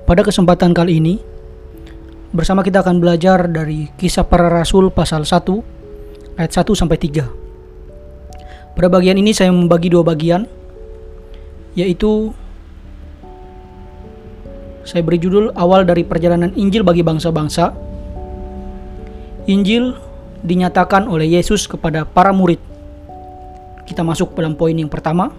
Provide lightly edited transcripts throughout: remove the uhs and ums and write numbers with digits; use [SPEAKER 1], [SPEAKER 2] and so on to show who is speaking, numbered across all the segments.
[SPEAKER 1] Pada kesempatan kali ini, bersama kita akan belajar dari Kisah Para Rasul pasal 1 ayat 1 sampai 3. Pada bagian ini saya membagi dua bagian, yaitu saya beri judul awal dari perjalanan Injil bagi bangsa-bangsa. Injil dinyatakan oleh Yesus kepada para murid. Kita masuk dalam poin yang pertama.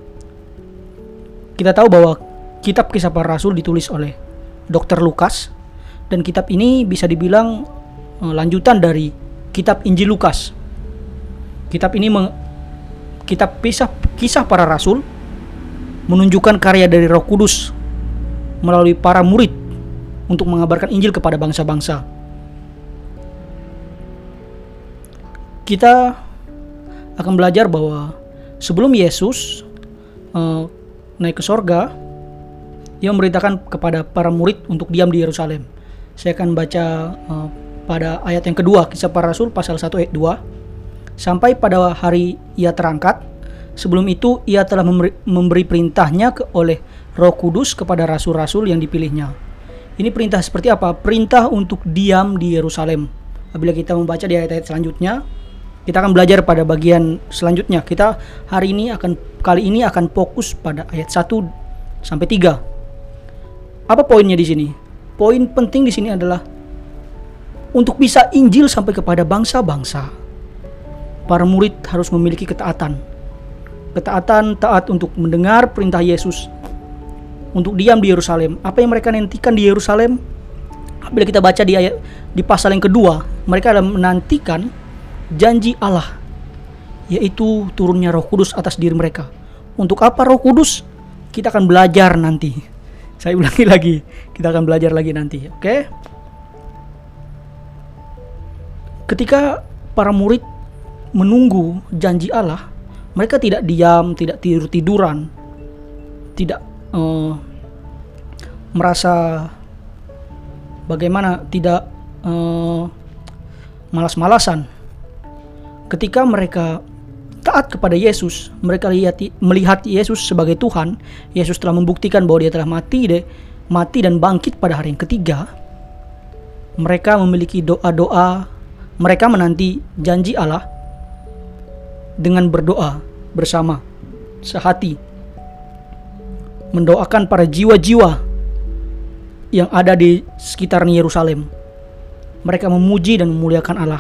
[SPEAKER 1] Kita tahu bahwa kitab Kisah Para Rasul ditulis oleh Dr. Lukas, dan kitab ini bisa dibilang lanjutan dari kitab Injil Lukas. Kitab ini kitab Kisah Para Rasul menunjukkan karya dari Roh Kudus melalui para murid untuk mengabarkan Injil kepada bangsa-bangsa. Kita akan belajar bahwa sebelum Yesus naik ke sorga, Ia memberitakan kepada para murid untuk diam di Yerusalem. Saya akan baca pada ayat yang kedua, Kisah Para Rasul pasal 1 ayat 2. Sampai pada hari Ia terangkat, sebelum itu Ia telah memberi perintahnya oleh Roh Kudus kepada rasul-rasul yang dipilihnya. Ini perintah seperti apa? Perintah untuk diam di Yerusalem. Apabila kita membaca di ayat-ayat selanjutnya, kita akan belajar pada bagian selanjutnya. Kita kali ini akan fokus pada ayat 1 sampai 3. Apa poinnya di sini? Poin penting di sini adalah untuk bisa Injil sampai kepada bangsa-bangsa, para murid harus memiliki ketaatan. Taat untuk mendengar perintah Yesus untuk diam di Yerusalem. Apa yang mereka nantikan di Yerusalem? Bila kita baca di pasal yang kedua, mereka menantikan janji Allah, yaitu turunnya Roh Kudus atas diri mereka. Untuk apa Roh Kudus? Kita akan belajar nanti. Saya ulangi lagi, kita akan belajar lagi nanti, oke? Ketika para murid menunggu janji Allah, mereka tidak diam, tidak tidur-tiduran, tidak merasa bagaimana, tidak malas-malasan. Ketika mereka taat kepada Yesus, mereka melihat Yesus sebagai Tuhan. Yesus telah membuktikan bahwa Dia telah mati dan bangkit pada hari yang ketiga. Mereka memiliki doa-doa, mereka menanti janji Allah dengan berdoa bersama, sehati, mendoakan para jiwa-jiwa yang ada di sekitar Yerusalem. Mereka memuji dan memuliakan Allah.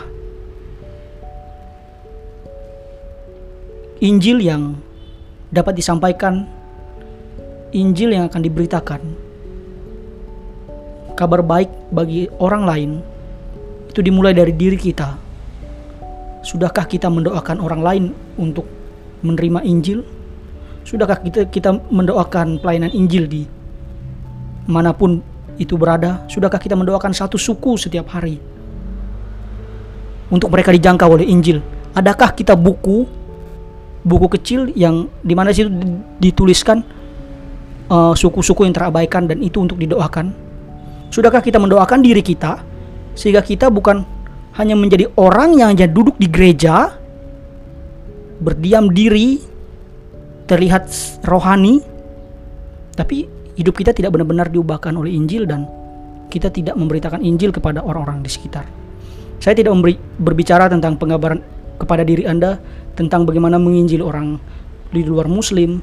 [SPEAKER 1] Injil yang dapat disampaikan, Injil yang akan diberitakan, kabar baik bagi orang lain, itu dimulai dari diri kita. Sudahkah kita mendoakan orang lain untuk menerima Injil? Sudahkah kita mendoakan pelayanan Injil di manapun itu berada? Sudahkah kita mendoakan satu suku setiap hari untuk mereka dijangkau oleh Injil? Adakah kita buku kecil yang dimana situ dituliskan suku-suku yang terabaikan dan itu untuk didoakan? Sudahkah kita mendoakan diri kita sehingga kita bukan hanya menjadi orang yang hanya duduk di gereja, berdiam diri, terlihat rohani, tapi hidup kita tidak benar-benar diubahkan oleh Injil dan kita tidak memberitakan Injil kepada orang-orang di sekitar. Saya tidak berbicara tentang pengabaran kepada diri Anda tentang bagaimana menginjili orang di luar Muslim,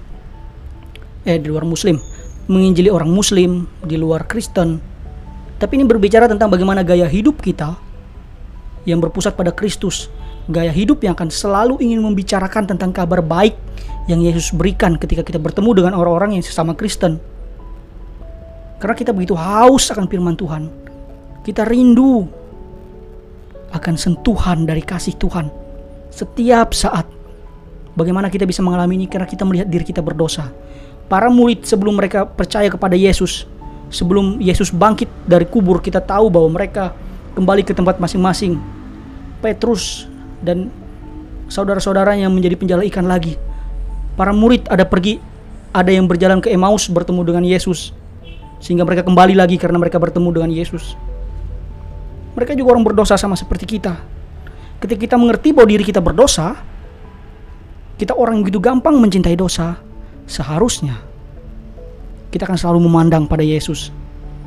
[SPEAKER 1] menginjili orang Muslim di luar Kristen. Tapi ini berbicara tentang bagaimana gaya hidup kita yang berpusat pada Kristus, gaya hidup yang akan selalu ingin membicarakan tentang kabar baik yang Yesus berikan ketika kita bertemu dengan orang-orang yang sesama Kristen. Karena kita begitu haus akan firman Tuhan, kita rindu akan sentuhan dari kasih Tuhan setiap saat. Bagaimana kita bisa mengalami ini? Karena kita melihat diri kita berdosa. Para murid sebelum mereka percaya kepada Yesus, sebelum Yesus bangkit dari kubur, kita tahu bahwa mereka kembali ke tempat masing-masing. Petrus dan saudara-saudaranya menjadi penjala ikan lagi. Para murid ada yang berjalan ke Emmaus bertemu dengan Yesus, sehingga mereka kembali lagi karena mereka bertemu dengan Yesus. Mereka juga orang berdosa sama seperti kita. Ketika kita mengerti bahwa diri kita berdosa, kita orang yang begitu gampang mencintai dosa, seharusnya kita akan selalu memandang pada Yesus.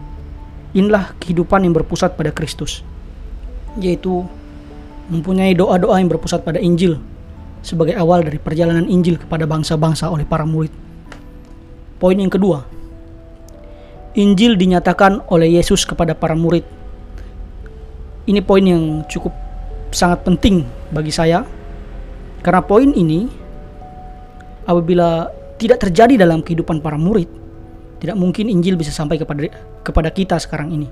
[SPEAKER 1] Inilah kehidupan yang berpusat pada Kristus, yaitu mempunyai doa-doa yang berpusat pada Injil sebagai awal dari perjalanan Injil kepada bangsa-bangsa oleh para murid. Poin yang kedua, Injil dinyatakan oleh Yesus kepada para murid. Ini poin yang cukup sangat penting bagi saya, karena poin ini apabila tidak terjadi dalam kehidupan para murid, tidak mungkin Injil bisa sampai kepada kita sekarang ini.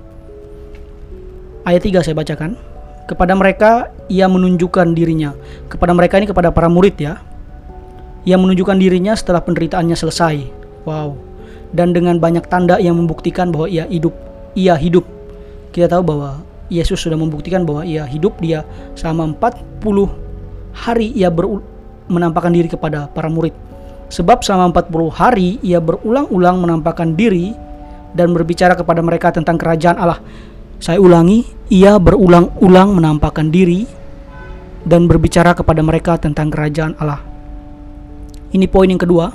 [SPEAKER 1] Ayat 3 saya bacakan. Kepada mereka ia menunjukkan dirinya. Kepada mereka ini kepada para murid ya. Ia menunjukkan dirinya setelah penderitaannya selesai. Wow. Dan dengan banyak tanda yang membuktikan bahwa ia hidup. Kita tahu bahwa Yesus sudah membuktikan bahwa ia hidup. Dia selama 40 hari ia menampakkan diri kepada para murid. Sebab selama 40 hari ia berulang-ulang menampakkan diri dan berbicara kepada mereka tentang kerajaan Allah. Saya ulangi, ia berulang-ulang menampakkan diri dan berbicara kepada mereka tentang kerajaan Allah. Ini poin yang kedua,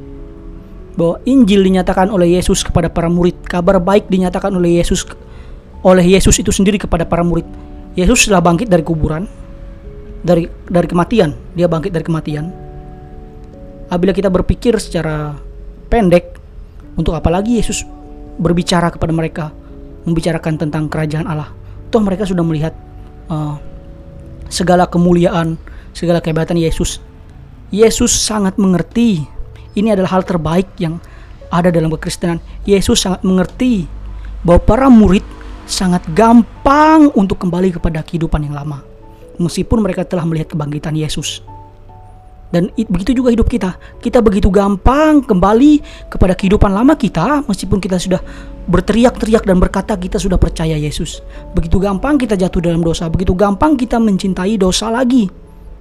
[SPEAKER 1] bahwa Injil dinyatakan oleh Yesus kepada para murid. Kabar baik dinyatakan oleh Yesus itu sendiri kepada para murid. Yesus telah bangkit dari kuburan, dari kematian. Dia bangkit dari kematian. Apabila kita berpikir secara pendek, untuk apa lagi Yesus berbicara kepada mereka, membicarakan tentang kerajaan Allah? Toh mereka sudah melihat segala kemuliaan, segala kehebatan Yesus. Yesus sangat mengerti. Ini adalah hal terbaik yang ada dalam kekristenan. Yesus sangat mengerti bahwa para murid sangat gampang untuk kembali kepada kehidupan yang lama, meskipun mereka telah melihat kebangkitan Yesus. Dan begitu juga hidup kita. Kita begitu gampang kembali kepada kehidupan lama kita, meskipun kita sudah berteriak-teriak dan berkata kita sudah percaya Yesus. Begitu gampang kita jatuh dalam dosa. Begitu gampang kita mencintai dosa lagi.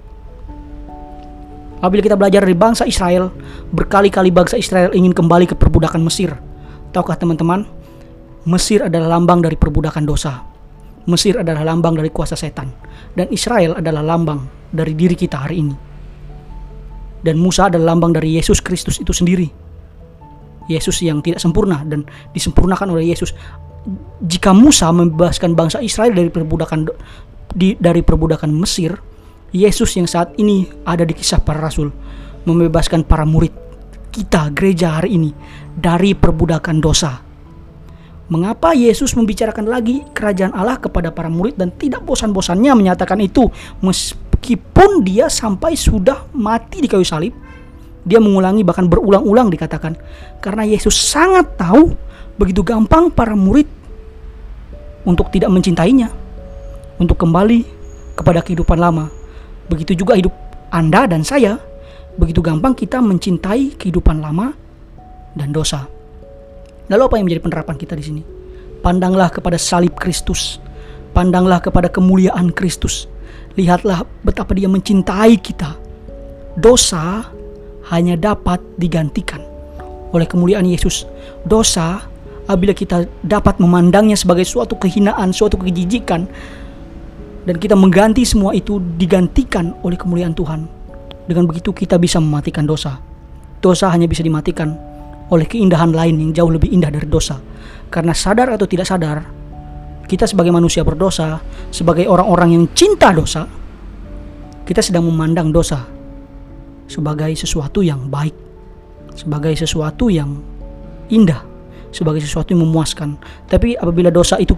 [SPEAKER 1] Apabila kita belajar dari bangsa Israel, berkali-kali bangsa Israel ingin kembali ke perbudakan Mesir. Tahukah teman-teman, Mesir adalah lambang dari perbudakan dosa. Mesir adalah lambang dari kuasa setan. Dan Israel adalah lambang dari diri kita hari ini. Dan Musa adalah lambang dari Yesus Kristus itu sendiri. Yesus yang tidak sempurna dan disempurnakan oleh Yesus. Jika Musa membebaskan bangsa Israel dari perbudakan Mesir, Yesus yang saat ini ada di Kisah Para Rasul membebaskan para murid kita, gereja hari ini, dari perbudakan dosa. Mengapa Yesus membicarakan lagi kerajaan Allah kepada para murid dan tidak bosan-bosannya menyatakan itu? Meskipun dia sampai sudah mati di kayu salib, dia mengulangi, bahkan berulang-ulang dikatakan, karena Yesus sangat tahu begitu gampang para murid untuk tidak mencintainya, untuk kembali kepada kehidupan lama. Begitu juga hidup Anda dan saya, begitu gampang kita mencintai kehidupan lama dan dosa. Lalu apa yang menjadi penerapan kita di sini? Pandanglah kepada salib Kristus, pandanglah kepada kemuliaan Kristus. Lihatlah betapa dia mencintai kita. Dosa hanya dapat digantikan oleh kemuliaan Yesus. Dosa, apabila kita dapat memandangnya sebagai suatu kehinaan, suatu kejijikan, dan kita mengganti semua itu digantikan oleh kemuliaan Tuhan. Dengan begitu kita bisa mematikan dosa. Dosa hanya bisa dimatikan oleh keindahan lain yang jauh lebih indah dari dosa. Karena sadar atau tidak sadar, kita sebagai manusia berdosa, sebagai orang-orang yang cinta dosa, kita sedang memandang dosa sebagai sesuatu yang baik, sebagai sesuatu yang indah, sebagai sesuatu yang memuaskan. Tapi apabila dosa itu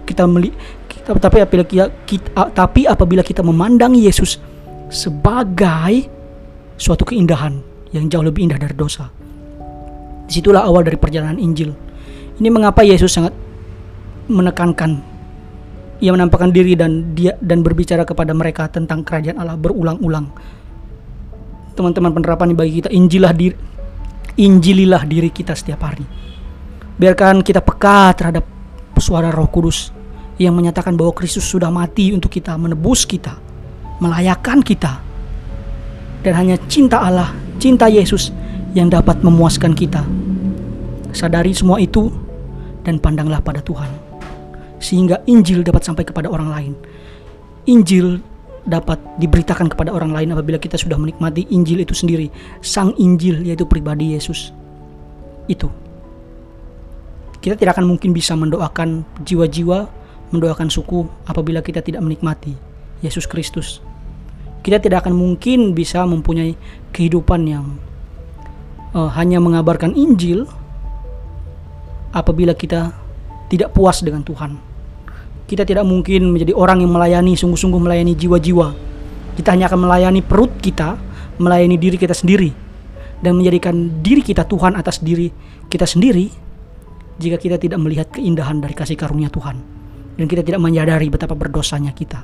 [SPEAKER 1] tapi apabila kita memandang Yesus sebagai suatu keindahan yang jauh lebih indah dari dosa, disitulah awal dari perjalanan Injil. Ini mengapa Yesus sangat menekankan, ia menampakkan diri dan berbicara kepada mereka tentang kerajaan Allah berulang-ulang. Teman-teman, penerapan bagi kita, injililah diri kita setiap hari. Biarkan kita peka terhadap suara Roh Kudus yang menyatakan bahwa Kristus sudah mati untuk kita, menebus kita, melayakkan kita. Dan hanya cinta Allah, cinta Yesus yang dapat memuaskan kita. Sadari semua itu dan pandanglah pada Tuhan, sehingga Injil dapat sampai kepada orang lain. Injil dapat diberitakan kepada orang lain apabila kita sudah menikmati Injil itu sendiri, Sang Injil, yaitu pribadi Yesus. Itu Kita tidak akan mungkin bisa mendoakan jiwa-jiwa, mendoakan suku apabila kita tidak menikmati Yesus Kristus. Kita tidak akan mungkin bisa mempunyai kehidupan yang hanya mengabarkan Injil apabila kita tidak puas dengan Tuhan. Kita tidak mungkin menjadi orang yang melayani, sungguh-sungguh melayani jiwa-jiwa. Kita hanya akan melayani perut kita, melayani diri kita sendiri, dan menjadikan diri kita Tuhan atas diri kita sendiri jika kita tidak melihat keindahan dari kasih karunia Tuhan dan kita tidak menyadari betapa berdosanya kita.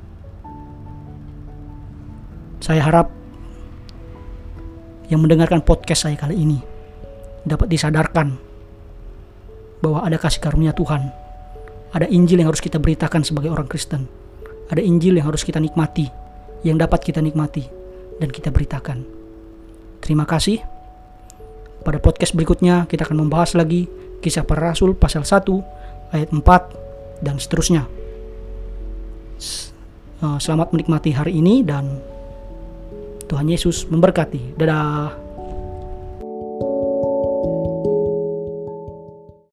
[SPEAKER 1] Saya harap yang mendengarkan podcast saya kali ini dapat disadarkan bahwa ada kasih karunia Tuhan, ada Injil yang harus kita beritakan sebagai orang Kristen, ada Injil yang harus kita nikmati, yang dapat kita nikmati dan kita beritakan. Terima kasih. Pada podcast berikutnya kita akan membahas lagi Kisah Para Rasul pasal 1 ayat 4 dan seterusnya. Selamat menikmati hari ini dan Tuhan Yesus memberkati. Dadah.